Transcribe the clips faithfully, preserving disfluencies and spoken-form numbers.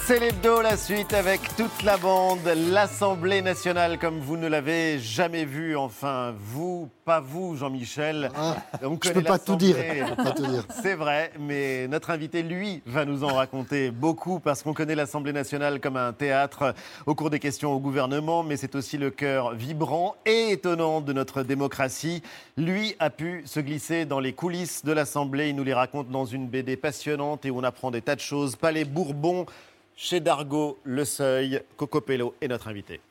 C'est l'hebdo, la suite avec toute la bande, l'Assemblée nationale comme vous ne l'avez jamais vu. Enfin, vous, pas vous, Jean-Michel. Ah, on je ne peux pas tout dire. dire. C'est vrai, mais notre invité, lui, va nous en raconter beaucoup parce qu'on connaît l'Assemblée nationale comme un théâtre au cours des questions au gouvernement, mais c'est aussi le cœur vibrant et étonnant de notre démocratie. Lui a pu se glisser dans les coulisses de l'Assemblée. Il nous les raconte dans une B D passionnante et où on apprend des tas de choses. Palais Bourbon, chez Dargaud, Le Seuil, Coco Pello est notre invité.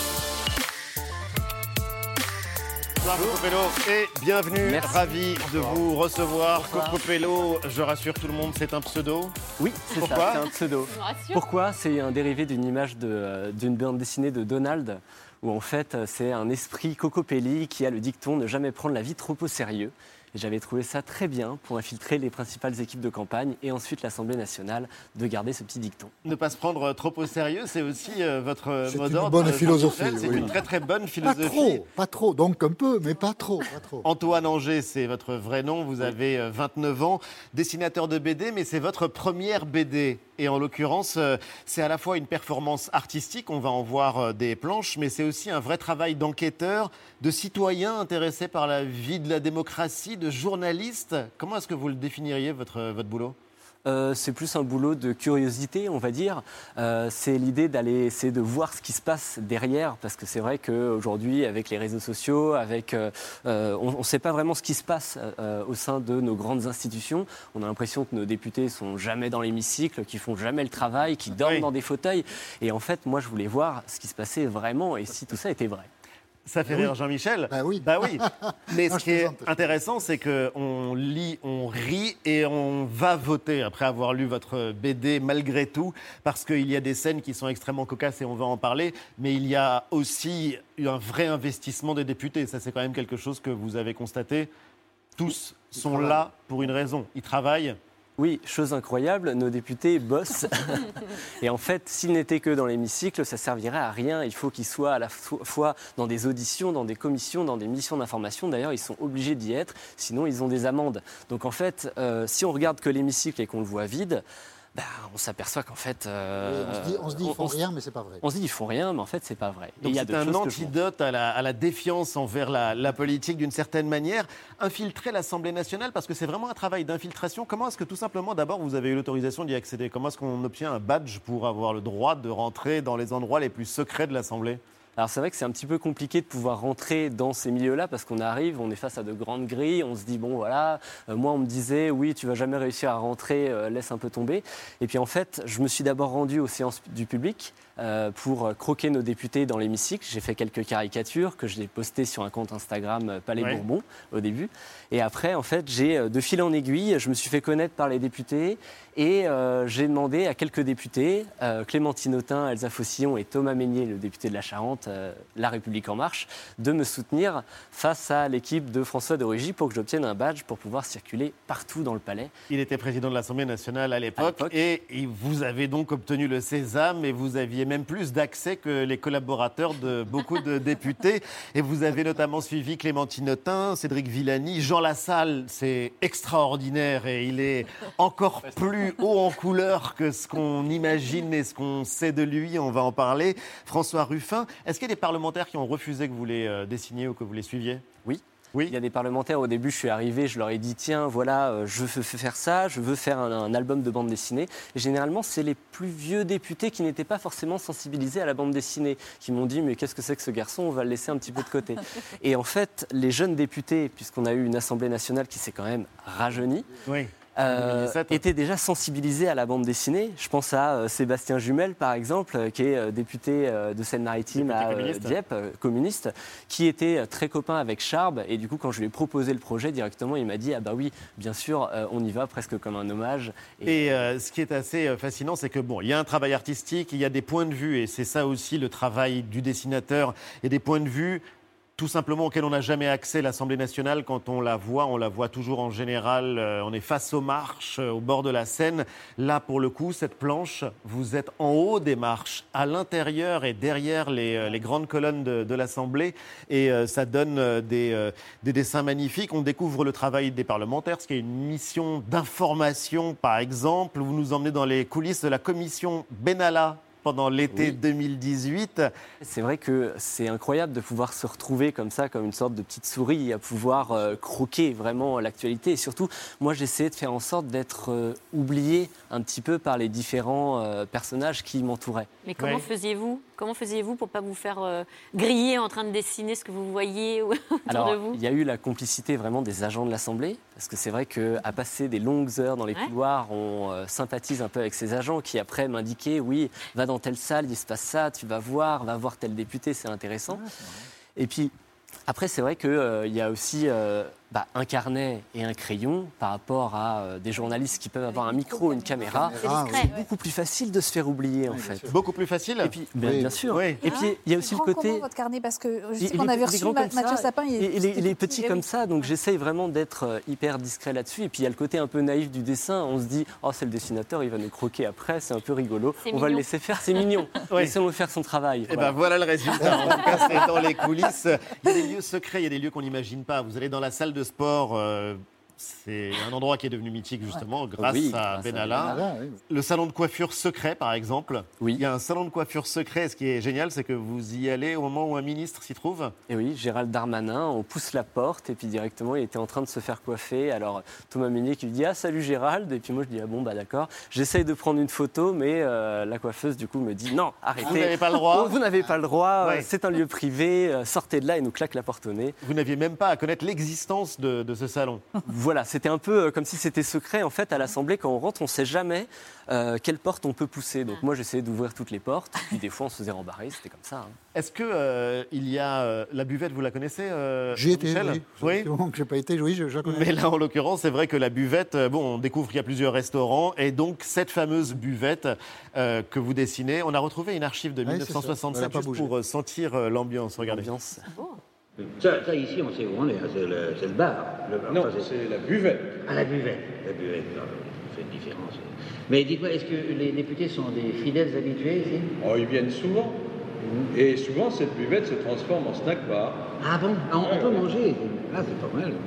Bonsoir Coco Pello et bienvenue, Merci. Ravi de vous recevoir. Bonsoir. Coco Pello, je rassure tout le monde, c'est un pseudo. Oui, c'est Pourquoi ça, c'est un pseudo. Pourquoi ? C'est un dérivé d'une image de, d'une bande dessinée de Donald, où en fait c'est un esprit cocopelli qui a le dicton ne jamais prendre la vie trop au sérieux. Et j'avais trouvé ça très bien pour infiltrer les principales équipes de campagne et ensuite l'Assemblée nationale de garder ce petit dicton. Ne pas se prendre trop au sérieux, c'est aussi euh, votre c'est mot une d'ordre. bonne philosophie. C'est oui. une très très bonne Pas philosophie. trop, pas trop, donc un peu, mais pas trop. Pas trop. Antoine Anger, c'est votre vrai nom, vous avez euh, vingt-neuf ans, dessinateur de B D, mais c'est votre première B D. Et en l'occurrence, euh, c'est à la fois une performance artistique, on va en voir euh, des planches, mais c'est aussi un vrai travail d'enquêteur, de citoyen intéressé par la vie de la démocratie, de journaliste. Comment est-ce que vous le définiriez, votre, votre boulot ? Euh, c'est plus un boulot de curiosité, on va dire. Euh, c'est l'idée d'aller essayer de voir ce qui se passe derrière, parce que c'est vrai qu'aujourd'hui, avec les réseaux sociaux, avec, euh, euh, on ne sait pas vraiment ce qui se passe euh, au sein de nos grandes institutions. On a l'impression que nos députés sont jamais dans l'hémicycle, qu'ils font jamais le travail, qu'ils dorment Oui. dans des fauteuils. Et en fait, moi, je voulais voir ce qui se passait vraiment et si tout ça était vrai. Ça fait Oui. rire Jean-Michel. Bah oui. Bah oui. Mais Non, ce je qui est plaisante, je intéressant, c'est qu'on lit, on rit et on va voter après avoir lu votre B D malgré tout, parce qu'il y a des scènes qui sont extrêmement cocasses et on va en parler, mais il y a aussi eu un vrai investissement des députés. Ça, c'est quand même quelque chose que vous avez constaté. Tous Ils sont travaillent. là pour une raison. Ils travaillent. Oui, chose incroyable, nos députés bossent. Et en fait, s'ils n'étaient que dans l'hémicycle, ça servirait à rien. Il faut qu'ils soient à la fois dans des auditions, dans des commissions, dans des missions d'information. D'ailleurs, ils sont obligés d'y être, sinon ils ont des amendes. Donc en fait, euh, si on regarde que l'hémicycle et qu'on le voit vide, bah, on s'aperçoit qu'en fait... euh, Oui, on se dit, on se dit ils font on- rien, mais c'est pas vrai. On se dit ils font rien, mais en fait, c'est pas vrai. Et Donc il y a c'est d'autres un choses que je montre. antidote à la, à la défiance envers la, la politique d'une certaine manière. Infiltrer l'Assemblée nationale, parce que c'est vraiment un travail d'infiltration. Comment est-ce que tout simplement, d'abord, vous avez eu l'autorisation d'y accéder ? Comment est-ce qu'on obtient un badge pour avoir le droit de rentrer dans les endroits les plus secrets de l'Assemblée ? Alors c'est vrai que c'est un petit peu compliqué de pouvoir rentrer dans ces milieux-là parce qu'on arrive, on est face à de grandes grilles, on se dit bon voilà, euh, moi on me disait oui tu vas jamais réussir à rentrer, euh, laisse un peu tomber. Et puis en fait je me suis d'abord rendu aux séances du public euh, pour croquer nos députés dans l'hémicycle. J'ai fait quelques caricatures que je l'ai postées sur un compte Instagram euh, Palais Ouais. Bourbon au début. Et après en fait j'ai euh, de fil en aiguille, je me suis fait connaître par les députés et euh, j'ai demandé à quelques députés, euh, Clémentine Autain, Elsa Faucillon et Thomas Mesnier, le député de la Charente, euh, La République En Marche, de me soutenir face à l'équipe de François de Rugy pour que j'obtienne un badge pour pouvoir circuler partout dans le palais. Il était président de l'Assemblée nationale à l'époque, À l'époque. et, et vous avez donc obtenu le sésame et vous aviez même plus d'accès que les collaborateurs de beaucoup de députés. Et vous avez notamment suivi Clémentine Autain, Cédric Villani, Jean Lassalle, c'est extraordinaire et il est encore plus haut en couleur que ce qu'on imagine et ce qu'on sait de lui, on va en parler. François Ruffin, est-ce qu'il y a des parlementaires qui ont refusé que vous les euh, dessiniez ou que vous les suiviez ? Oui. Oui. Il y a des parlementaires, au début je suis arrivé, je leur ai dit tiens voilà, euh, je veux faire ça, je veux faire un, un album de bande dessinée. Et généralement c'est les plus vieux députés qui n'étaient pas forcément sensibilisés à la bande dessinée, qui m'ont dit mais qu'est-ce que c'est que ce garçon, on va le laisser un petit peu de côté. Et en fait les jeunes députés, puisqu'on a eu une Assemblée nationale qui s'est quand même rajeunie, Oui. Euh, deux mille dix-sept. étaient déjà sensibilisés à la bande dessinée. Je pense à euh, Sébastien Jumel, par exemple, euh, qui est euh, député euh, de Seine-Maritime Député à euh, communiste. Dieppe, euh, communiste, qui était euh, très copain avec Charb. Et du coup, quand je lui ai proposé le projet directement, il m'a dit « Ah bah oui, bien sûr, euh, on y va, presque comme un hommage. » Et euh, ce qui est assez euh, fascinant, c'est que bon, il y a un travail artistique, il y a des points de vue, et c'est ça aussi le travail du dessinateur, et des points de vue tout simplement auquel on n'a jamais accès. L'Assemblée nationale, quand on la voit, on la voit toujours en général, euh, on est face aux marches, euh, au bord de la Seine. Là, pour le coup, cette planche, vous êtes en haut des marches, à l'intérieur et derrière les, euh, les grandes colonnes de, de l'Assemblée. Et euh, ça donne euh, des, euh, des dessins magnifiques. On découvre le travail des parlementaires, ce qui est une mission d'information, par exemple. Vous nous emmenez dans les coulisses de la commission Benalla pendant l'été oui. deux mille dix-huit. C'est vrai que c'est incroyable de pouvoir se retrouver comme ça, comme une sorte de petite souris, à pouvoir euh, croquer vraiment l'actualité. Et surtout, moi, j'essayais de faire en sorte d'être euh, oublié un petit peu par les différents euh, personnages qui m'entouraient. Mais comment oui. faisiez-vous Comment faisiez-vous pour ne pas vous faire euh, griller en train de dessiner ce que vous voyez autour Alors, de vous ? Il y a eu la complicité vraiment des agents de l'Assemblée, parce que c'est vrai qu'à passer des longues heures dans les ouais. couloirs, on euh, sympathise un peu avec ces agents qui après m'indiquaient, oui, va dans telle salle, il se passe ça, tu vas voir, va voir tel député, c'est intéressant. Ah, c'est et puis, après, c'est vrai qu'il euh, y a aussi euh, bah, un carnet et un crayon par rapport à euh, des journalistes qui peuvent avoir un micro, une caméra. C'est ah, oui. beaucoup plus facile de se faire oublier, en oui, fait. Beaucoup plus facile et puis, bien, oui. bien sûr. Oui. Et puis, il y a aussi il le côté... Comment, votre carnet ? Parce que je sais qu'on avait reçu Mathieu Sapin. Il et les, les petits comme ça, donc j'essaye vraiment d'être hyper discret là-dessus. Et puis, il y a le côté un peu naïf du dessin. On se dit, oh, c'est le dessinateur, il va nous croquer après, c'est un peu rigolo. On mignon. va le laisser faire, c'est mignon. oui. Laissons-le faire son travail. Et voilà. ben voilà le résultat. En tout cas, c'est dans les coulisses. Il y a des lieux secrets, il y a des lieux qu'on n'imagine pas. Vous allez dans la salle de sport, euh, c'est un endroit qui est devenu mythique justement ouais. grâce oui, à Benalla. Benalla oui. Le salon de coiffure secret par exemple. Oui. Il y a un salon de coiffure secret. Ce qui est génial, c'est que vous y allez au moment où un ministre s'y trouve. Et oui, Gérald Darmanin, on pousse la porte et puis directement il était en train de se faire coiffer. Alors Thomas Mesnier qui lui dit ah salut Gérald et puis moi je dis ah bon bah d'accord. J'essaye de prendre une photo mais euh, la coiffeuse du coup me dit non arrêtez. Vous n'avez pas le droit. Vous n'avez pas le droit. Ouais. C'est un lieu privé. Euh, sortez de là et nous claque la porte au nez. Vous n'aviez même pas à connaître l'existence de, de ce salon. Voilà, c'était un peu comme si c'était secret. En fait, à l'Assemblée, quand on rentre, on ne sait jamais euh, quelle porte on peut pousser. Donc moi, j'essayais d'ouvrir toutes les portes. Puis des fois, on se faisait rembarrer. C'était comme ça. Hein. Est-ce que euh, il y a euh, la buvette, vous la connaissez euh, J'y étais, Michel oui. oui. C'est bon que j'ai pas été, oui, je, je la connais. Mais là, en l'occurrence, c'est vrai que la buvette, bon, on découvre qu'il y a plusieurs restaurants. Et donc, cette fameuse buvette euh, que vous dessinez, on a retrouvé une archive de oui, dix-neuf cent soixante-sept juste pour sentir l'ambiance. Regardez. L'ambiance. Oh. Ça, ça, ici, on sait où on est, c'est le, le bar. Le bar. Non, enfin, c'est la buvette. Ah, la buvette. La buvette, non, c'est une différence. Mais dites-moi, est-ce que les députés sont des fidèles habitués ici ? Oh, ils viennent souvent. Mmh. Et souvent, cette buvette se transforme en snack bar. Ah bon ? Ah, on, ouais, on peut ouais. manger. Ah, c'est pas mal.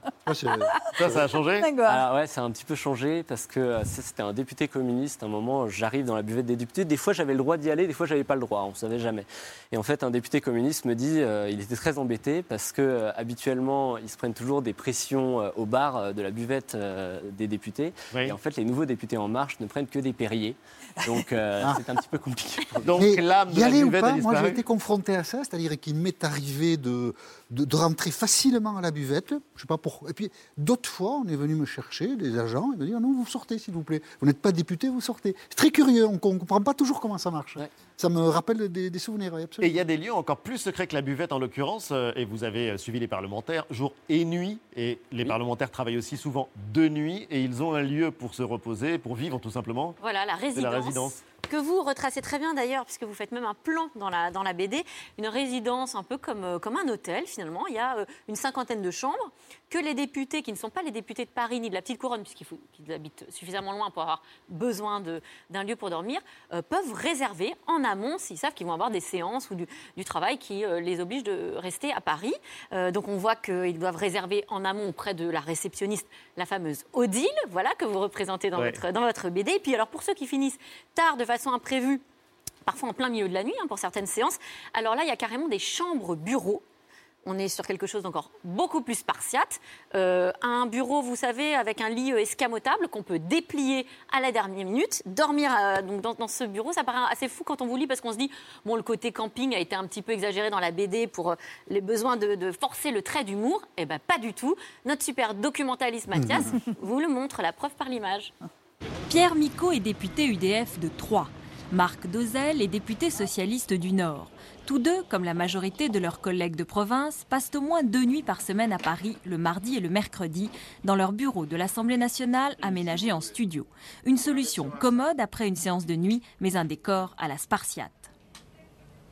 Ça, ça a changé ? Alors ouais, ça a un petit peu changé parce que c'était un député communiste. À un moment, j'arrive dans la buvette des députés. Des fois, j'avais le droit d'y aller, des fois, j'avais pas le droit. On ne savait jamais. Et en fait, un député communiste me dit, euh, il était très embêté parce que euh, habituellement, ils se prennent toujours des pressions euh, au bar euh, de la buvette euh, des députés. Oui. Et en fait, les nouveaux députés En Marche ne prennent que des Perrier. Donc, euh, ah. c'est un petit peu compliqué. Donc, l'âme de la buvette a disparu. Moi, j'ai été confronté à ça, c'est-à-dire qu'il m'est arrivé de, de, de rentrer facilement à la buvette. Je sais pas pourquoi. Et puis, d'autres fois, on est venu me chercher, des agents, et me dire non, vous sortez, s'il vous plaît. Vous n'êtes pas député, vous sortez. C'est très curieux, on ne comprend pas toujours comment ça marche. Ouais. Ça me rappelle des, des souvenirs, oui, absolument. Et il y a des lieux encore plus secrets que la buvette, en l'occurrence, euh, et vous avez suivi les parlementaires, jour et nuit, et les oui. parlementaires travaillent aussi souvent de nuit, et ils ont un lieu pour se reposer, pour vivre tout simplement. Voilà, la résidence. La résidence. Que vous retracez très bien d'ailleurs, puisque vous faites même un plan dans la, dans la B D, une résidence un peu comme, euh, comme un hôtel finalement. Il y a euh, une cinquantaine de chambres que les députés, qui ne sont pas les députés de Paris ni de la Petite Couronne, puisqu'ils faut, qu'ils habitent suffisamment loin pour avoir besoin de, d'un lieu pour dormir, euh, peuvent réserver en amont s'ils savent qu'ils vont avoir des séances ou du, du travail qui euh, les obligent de rester à Paris. Euh, donc on voit qu'ils doivent réserver en amont auprès de la réceptionniste, la fameuse Odile, voilà, que vous représentez dans, ouais. votre, dans votre B D. Et puis alors pour ceux qui finissent tard de façon imprévue, parfois en plein milieu de la nuit hein, pour certaines séances, alors là il y a carrément des chambres bureaux. On est sur quelque chose d'encore beaucoup plus spartiate. Euh, un bureau, vous savez, avec un lit escamotable qu'on peut déplier à la dernière minute. Dormir euh, donc dans, dans ce bureau, ça paraît assez fou quand on vous lit parce qu'on se dit, bon, le côté camping a été un petit peu exagéré dans la B D pour euh, les besoins de, de forcer le trait d'humour. Eh bien, pas du tout. Notre super documentaliste Mathias vous le montre, la preuve par l'image. Pierre Micot est député U D F de Troyes. Marc Dozel est député socialiste du Nord. Tous deux, comme la majorité de leurs collègues de province, passent au moins deux nuits par semaine à Paris, le mardi et le mercredi, dans leur bureau de l'Assemblée nationale aménagé en studio. Une solution commode après une séance de nuit, mais un décor à la spartiate.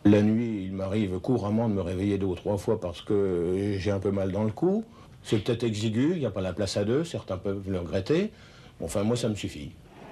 La nuit, il m'arrive couramment de me réveiller deux ou trois fois parce que j'ai un peu mal dans le cou. C'est peut-être exigu, il n'y a pas la place à deux, certains peuvent le regretter. Enfin, moi, ça me suffit.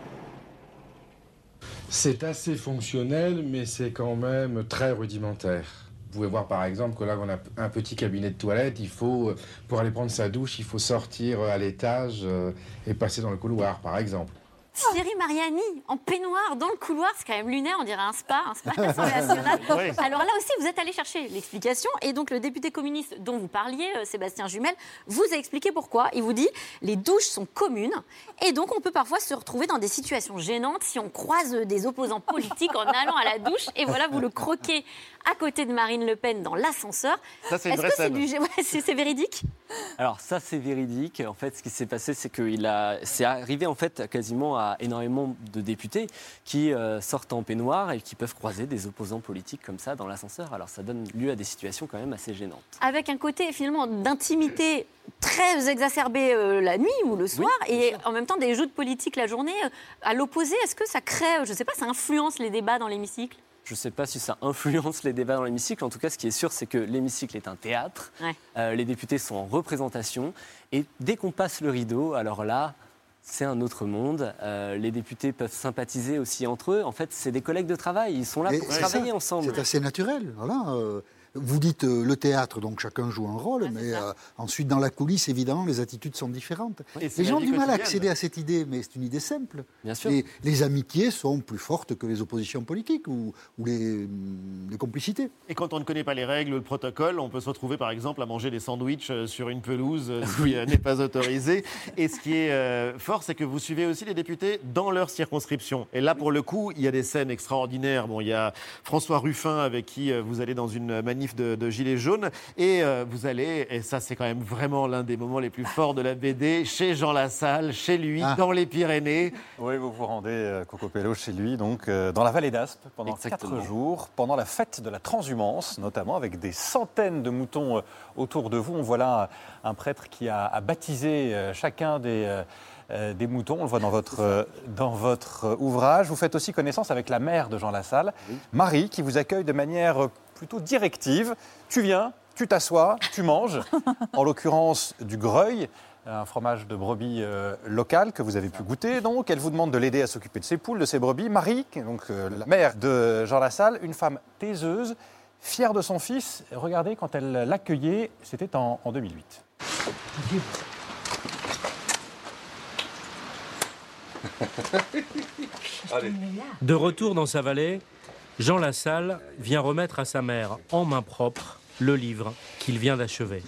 C'est assez fonctionnel, mais c'est quand même très rudimentaire. Vous pouvez voir par exemple que là, on a un petit cabinet de toilette. Il faut, pour aller prendre sa douche, il faut sortir à l'étage et passer dans le couloir, par exemple. Thierry Mariani, en peignoir, dans le couloir, c'est quand même lunaire, on dirait un spa, un spa de l'Assemblée nationale. Oui. Alors là aussi, vous êtes allé chercher l'explication. Et donc, le député communiste dont vous parliez, Sébastien Jumel, vous a expliqué pourquoi. Il vous dit, les douches sont communes. Et donc, on peut parfois se retrouver dans des situations gênantes si on croise des opposants politiques en allant à la douche. Et voilà, vous le croquez à côté de Marine Le Pen dans l'ascenseur. Ça, c'est une vraie scène. Est-ce que c'est, du... ouais, c'est véridique? Alors ça, c'est véridique. En fait, ce qui s'est passé, c'est qu'il a, c'est arrivé en fait quasiment à énormément de députés qui euh, sortent en peignoir et qui peuvent croiser des opposants politiques comme ça dans l'ascenseur. Alors ça donne lieu à des situations quand même assez gênantes. Avec un côté finalement d'intimité très exacerbé euh, la nuit ou le soir, oui, et sûr. En même temps des joutes politiques la journée. Euh, à l'opposé, est-ce que ça crée, je ne sais pas, ça influence les débats dans l'hémicycle? Je ne sais pas si ça influence les débats dans l'hémicycle. En tout cas, ce qui est sûr, c'est que l'hémicycle est un théâtre. Ouais. Euh, les députés sont en représentation. Et dès qu'on passe le rideau, alors là, c'est un autre monde. Euh, les députés peuvent sympathiser aussi entre eux. En fait, c'est des collègues de travail. Ils sont là et pour travailler ça, ensemble. C'est assez naturel. Voilà. Euh... Vous dites euh, le théâtre, donc chacun joue un rôle, ah, mais euh, ensuite dans la coulisse, évidemment, les attitudes sont différentes. Et les gens ont du mal à accéder à cette idée, mais c'est une idée simple. Bien sûr. Et les amitiés sont plus fortes que les oppositions politiques ou, ou les, les complicités. Et quand on ne connaît pas les règles ou le protocole, on peut se retrouver par exemple à manger des sandwichs sur une pelouse, ce qui n'est pas autorisé. Et ce qui est euh, fort, c'est que vous suivez aussi les députés dans leur circonscription. Et là, pour le coup, il y a des scènes extraordinaires. Bon, il y a François Ruffin avec qui euh, vous allez dans une manif De, de Gilets jaunes et euh, vous allez, et ça c'est quand même vraiment l'un des moments les plus forts de la B D, chez Jean Lassalle, chez lui, ah. dans les Pyrénées. Oui, vous vous rendez, euh, Coco Pello, chez lui, donc euh, dans la vallée d'Aspe, pendant Exactement. quatre jours, pendant la fête de la transhumance, notamment avec des centaines de moutons euh, autour de vous. On voit là un prêtre qui a, a baptisé euh, chacun des... Euh, Euh, des moutons, on le voit dans votre, euh, dans votre euh, ouvrage. Vous faites aussi connaissance avec la mère de Jean Lassalle, oui. Marie, qui vous accueille de manière plutôt directive. Tu viens, tu t'assois, tu manges, en l'occurrence du greuil, un fromage de brebis euh, local que vous avez pu goûter. Donc, elle vous demande de l'aider à s'occuper de ses poules, de ses brebis. Marie, donc euh, la mère de Jean Lassalle, une femme taiseuse, fière de son fils. Regardez, quand elle l'accueillait, c'était en, en deux mille huit. Adieu. De retour dans sa vallée, Jean Lassalle vient remettre à sa mère, en main propre, le livre qu'il vient d'achever.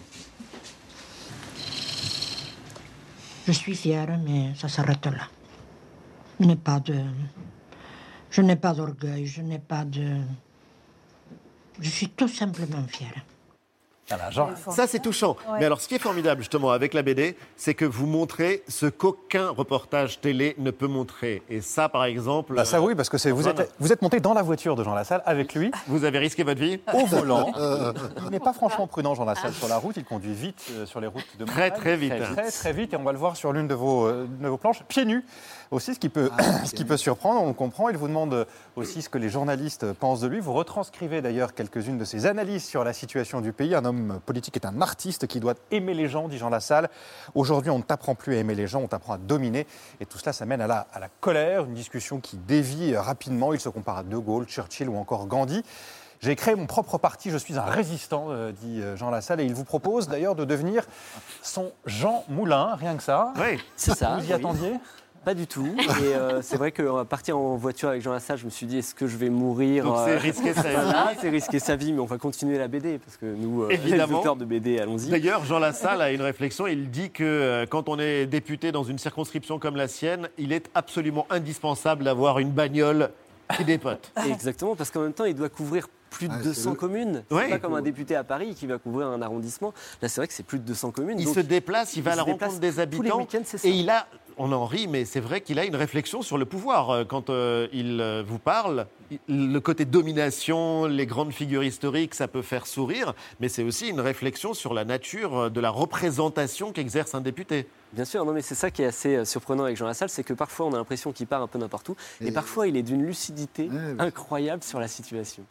Je suis fière, mais ça s'arrête là. Je n'ai pas de... Je n'ai pas d'orgueil, je n'ai pas de... Je suis tout simplement fière. Voilà, genre, ça c'est touchant. Ouais. Mais alors ce qui est formidable justement avec la B D, c'est que vous montrez ce qu'aucun reportage télé ne peut montrer. Et ça par exemple... Bah ça oui, parce que c'est, vous, êtes, vous êtes monté dans la voiture de Jean Lassalle avec lui. Vous avez risqué votre vie au volant. Il n'est pas franchement prudent Jean Lassalle sur la route, il conduit vite euh, sur les routes de Très très vite. Très, très très vite et on va le voir sur l'une de vos, euh, de vos planches, pieds nus. Aussi ce qui, peut, ah, ce qui peut surprendre, on le comprend, il vous demande aussi ce que les journalistes pensent de lui. Vous retranscrivez d'ailleurs quelques-unes de ses analyses sur la situation du pays. Un homme politique est un artiste qui doit aimer les gens, dit Jean Lassalle. Aujourd'hui, on ne t'apprend plus à aimer les gens, on t'apprend à dominer. Et tout cela, ça mène à la, à la colère, une discussion qui dévie rapidement. Il se compare à De Gaulle, Churchill ou encore Gandhi. J'ai créé mon propre parti, je suis un résistant, euh, dit Jean Lassalle. Et il vous propose d'ailleurs de devenir son Jean Moulin, rien que ça. Oui, c'est ça. Vous y attendiez ? Pas du tout. Et euh, c'est vrai qu'en partir en voiture avec Jean Lassalle, je me suis dit, est-ce que je vais mourir? Donc c'est risquer sa vie. Voilà, c'est risquer sa vie, mais on va continuer la B D, parce que nous, euh, les auteurs de B D, allons-y. D'ailleurs, Jean Lassalle a une réflexion. Il dit que euh, quand on est député dans une circonscription comme la sienne, il est absolument indispensable d'avoir une bagnole qui dépote. Exactement, parce qu'en même temps, il doit couvrir plus de ah, deux cents le... communes. C'est oui. pas comme un député à Paris qui va couvrir un arrondissement. Là, c'est vrai que c'est plus de deux cents communes. Il donc, se déplace, il va à la rencontre des habitants. Et il a, on en rit, mais c'est vrai qu'il a une réflexion sur le pouvoir. Quand euh, il euh, vous parle, le côté domination, les grandes figures historiques, ça peut faire sourire, mais c'est aussi une réflexion sur la nature de la représentation qu'exerce un député. Bien sûr, non, mais c'est ça qui est assez surprenant avec Jean Lassalle, c'est que parfois on a l'impression qu'il part un peu n'importe où, et, et parfois il est d'une lucidité ouais, incroyable sur la situation. Mmh.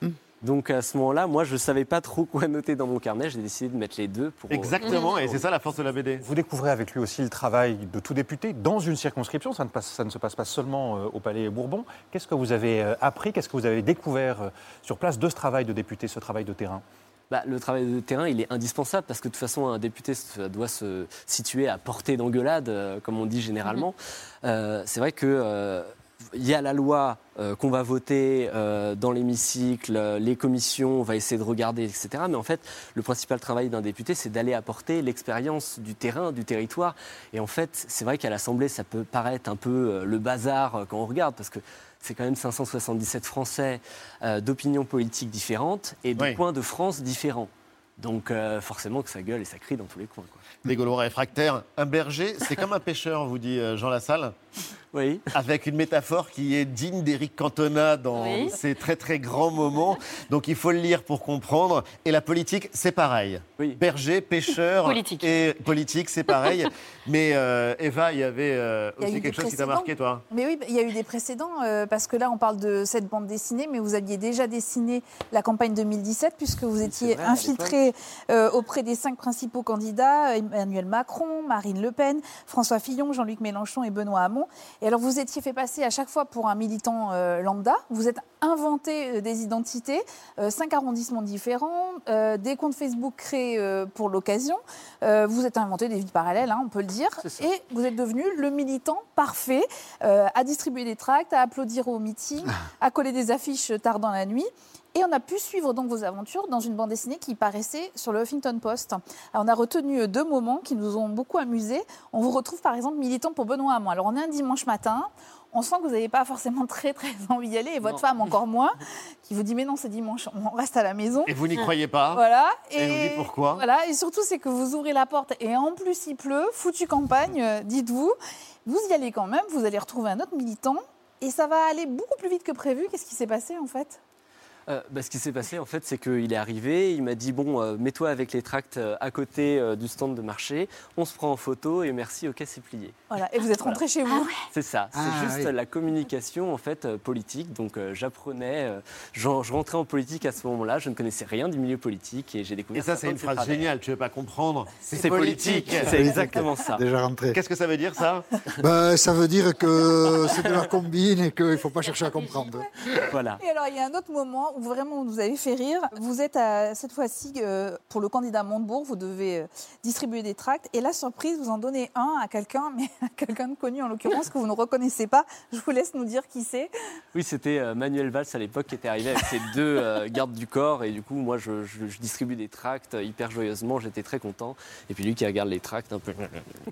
Donc à ce moment-là, moi, je ne savais pas trop quoi noter dans mon carnet. J'ai décidé de mettre les deux. Pour... Exactement, et c'est ça la force de la B D. Vous découvrez avec lui aussi le travail de tout député dans une circonscription. Ça ne, passe, ça ne se passe pas seulement au Palais Bourbon. Qu'est-ce que vous avez appris, qu'est-ce que vous avez découvert sur place de ce travail de député, ce travail de terrain ? Bah, le travail de terrain, il est indispensable parce que de toute façon, un député doit se situer à portée d'engueulade, euh, comme on dit généralement. Mmh. Euh, c'est vrai que... Euh, il y a la loi euh, qu'on va voter euh, dans l'hémicycle, euh, les commissions, on va essayer de regarder, et cetera. Mais en fait, le principal travail d'un député, c'est d'aller apporter l'expérience du terrain, du territoire. Et en fait, c'est vrai qu'à l'Assemblée, ça peut paraître un peu euh, le bazar euh, quand on regarde, parce que c'est quand même cinq cent soixante-dix-sept Français euh, d'opinions politiques différentes et de oui. coins de France différents. Donc euh, forcément que ça gueule et ça crie dans tous les coins, quoi. Des Gaulois réfractaires. Un berger, c'est comme un pêcheur, vous dit Jean Lassalle. Oui. Avec une métaphore qui est digne d'Éric Cantona dans oui. ses très très grands moments. Donc il faut le lire pour comprendre. Et la politique, c'est pareil. Oui. Berger, pêcheur politique. et politique, c'est pareil. Mais euh, Eva, il y avait euh, il y aussi quelque chose qui t'a marqué, toi. Mais oui, il y a eu des précédents, euh, parce que là, on parle de cette bande dessinée, mais vous aviez déjà dessiné la campagne deux mille dix-sept, puisque vous étiez vrai, infiltré euh, auprès des cinq principaux candidats, Emmanuel Macron, Marine Le Pen, François Fillon, Jean-Luc Mélenchon et Benoît Hamon. Et alors, vous étiez fait passer à chaque fois pour un militant euh, lambda. Vous êtes inventé euh, des identités, euh, cinq arrondissements différents, euh, des comptes Facebook créés euh, pour l'occasion. Euh, vous êtes inventé des vies parallèles, hein, on peut le dire. Et vous êtes devenu le militant parfait euh, à distribuer des tracts, à applaudir aux meetings, à coller des affiches tard dans la nuit. Et on a pu suivre donc vos aventures dans une bande dessinée qui paraissait sur le Huffington Post. Alors on a retenu deux moments qui nous ont beaucoup amusés. On vous retrouve par exemple militant pour Benoît Hamon. Alors on est un dimanche matin, on sent que vous n'avez pas forcément très très envie d'y aller, et votre non. femme encore moins, qui vous dit mais non c'est dimanche, on reste à la maison. Et vous n'y croyez pas. Voilà. Et, et vous dites pourquoi. Voilà. Et surtout c'est que vous ouvrez la porte et en plus il pleut, foutue campagne, dites-vous. Vous y allez quand même, vous allez retrouver un autre militant et ça va aller beaucoup plus vite que prévu. Qu'est-ce qui s'est passé en fait ? Euh, bah, ce qui s'est passé, en fait, c'est qu'il est arrivé, il m'a dit, bon, euh, mets-toi avec les tracts euh, à côté euh, du stand de marché, on se prend en photo et merci, ok, c'est plié. Voilà, et vous êtes rentré voilà. chez vous. Ah ouais. C'est ça, c'est ah, juste oui. la communication, en fait, euh, politique. Donc, euh, j'apprenais, euh, je rentrais en politique à ce moment-là, je ne connaissais rien du milieu politique et j'ai découvert... Et ça, c'est une phrase travers. géniale, tu ne veux pas comprendre, c'est, c'est politique. politique. C'est exactement ça. Déjà rentré. Qu'est-ce que ça veut dire, ça? Ben, ça veut dire que c'est de la combine et qu'il ne faut pas chercher à comprendre. Voilà. Et alors, il y a un autre moment où vraiment vous avez fait rire. Vous êtes à, cette fois-ci euh, pour le candidat Montebourg, vous devez euh, distribuer des tracts et la surprise, vous en donnez un à quelqu'un, mais à quelqu'un de connu en l'occurrence que vous ne reconnaissez pas. Je vous laisse nous dire qui c'est. Oui, c'était euh, Manuel Valls à l'époque qui était arrivé avec ses deux euh, gardes du corps et du coup moi je, je, je distribue des tracts hyper joyeusement, j'étais très content et puis lui qui regarde les tracts un peu...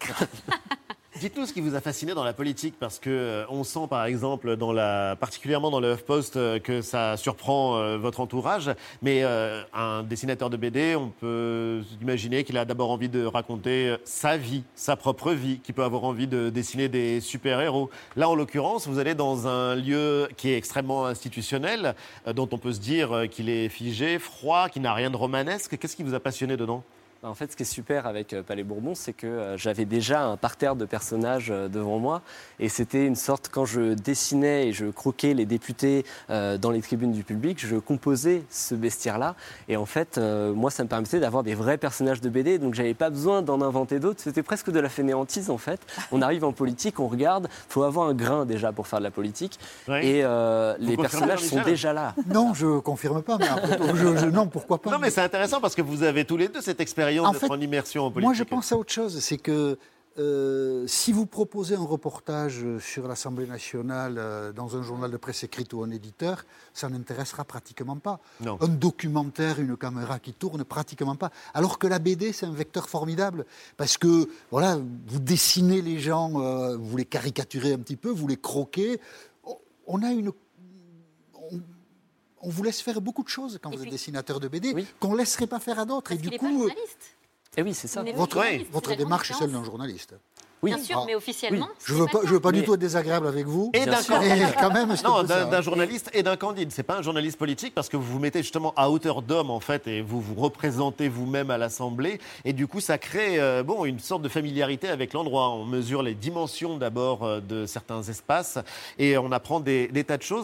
Dites-nous ce qui vous a fasciné dans la politique, parce qu'on euh, sent par exemple, dans la, particulièrement dans le HuffPost, euh, que ça surprend euh, votre entourage. Mais euh, un dessinateur de B D, on peut imaginer qu'il a d'abord envie de raconter sa vie, sa propre vie, qu'il peut avoir envie de dessiner des super-héros. Là, en l'occurrence, vous allez dans un lieu qui est extrêmement institutionnel, euh, dont on peut se dire euh, qu'il est figé, froid, qu'il n'a rien de romanesque. Qu'est-ce qui vous a passionné dedans ? En fait, ce qui est super avec Palais Bourbon, c'est que euh, j'avais déjà un parterre de personnages euh, devant moi. Et c'était une sorte, quand je dessinais et je croquais les députés euh, dans les tribunes du public, je composais ce bestiaire-là. Et en fait, euh, moi, ça me permettait d'avoir des vrais personnages de B D. Donc, j'avais pas besoin d'en inventer d'autres. C'était presque de la fainéantise, en fait. On arrive en politique, on regarde. Il faut avoir un grain déjà pour faire de la politique. Oui. Et euh, les personnages sont déjà là. Non, je confirme pas. Mais après, je, je, non, pourquoi pas. Non, mais c'est intéressant parce que vous avez tous les deux cette expérience. En fait, en immersion en politique. Moi, je pense à autre chose, c'est que euh, si vous proposez un reportage sur l'Assemblée nationale euh, dans un journal de presse écrite ou un éditeur, ça n'intéressera pratiquement pas. Non. Un documentaire, une caméra qui tourne, pratiquement pas. Alors que la B D, c'est un vecteur formidable, parce que voilà, vous dessinez les gens, euh, vous les caricaturez un petit peu, vous les croquez. On a une... On, On vous laisse faire beaucoup de choses quand et vous puis, êtes dessinateur de B D, oui. qu'on ne laisserait pas faire à d'autres. Parce et du coup, pas journaliste. Et oui, c'est ça. Votre, votre démarche est celle d'un journaliste. Oui. Bien sûr, ah, mais officiellement. Oui. Je ne veux pas, je veux pas mais... du tout être désagréable avec vous. Et d'un quand même, non, d'un, d'un journaliste et d'un candide. C'est pas un journaliste politique parce que vous vous mettez justement à hauteur d'homme en fait et vous vous représentez vous-même à l'Assemblée et du coup ça crée euh, bon une sorte de familiarité avec l'endroit. On mesure les dimensions d'abord euh, de certains espaces et on apprend des, des tas de choses.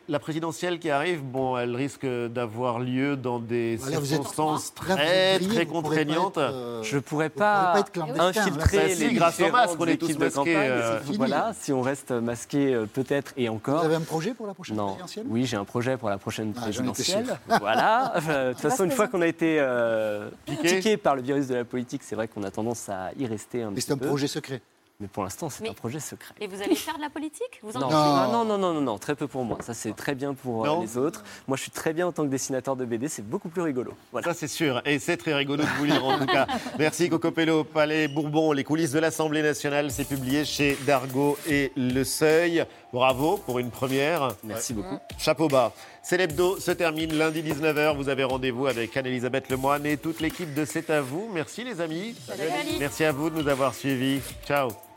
La présidentielle qui arrive, bon, elle risque d'avoir lieu dans des Voilà, vous êtes- circonstances là, vous très, êtes grillé, très vous pourrez pas contraignantes. être, euh, Je ne pourrais vous pourrez pas, pas être clandestin, infiltrer là. les Si, grâce au différentes masque, on est tous équipes de masqués, campagne. euh, c'est fini. Voilà, si on reste masqué, euh, peut-être et encore. Vous avez un projet pour la prochaine Non. présidentielle? Oui, j'ai un projet pour la prochaine Ah, j'en étais présidentielle. sûr. Voilà. Euh, De toute va façon, se une fois qu'on a été euh, Piqué. piqué par le virus de la politique, c'est vrai qu'on a tendance à y rester un Mais petit c'est un peu. projet secret. Mais pour l'instant, c'est Mais- un projet secret. Et vous allez faire de la politique vous en Non. pensez Ah, non, non, non, non, non, très peu pour moi. Ça, c'est très bien pour euh, Non. les autres. Moi, je suis très bien en tant que dessinateur de B D. C'est beaucoup plus rigolo. Voilà. Ça, c'est sûr. Et c'est très rigolo de vous lire, en tout cas. Merci, Coco Pello. Palais Bourbon, les coulisses de l'Assemblée nationale. C'est publié chez Dargaud et Le Seuil. Bravo pour une première. Merci beaucoup. Chapeau bas. C'est l'hebdo se termine lundi dix-neuf heures. Vous avez rendez-vous avec Anne-Elisabeth Lemoine et toute l'équipe de C'est à vous. Merci, les amis. Salut, Ali. Merci à vous de nous avoir suivis. Ciao.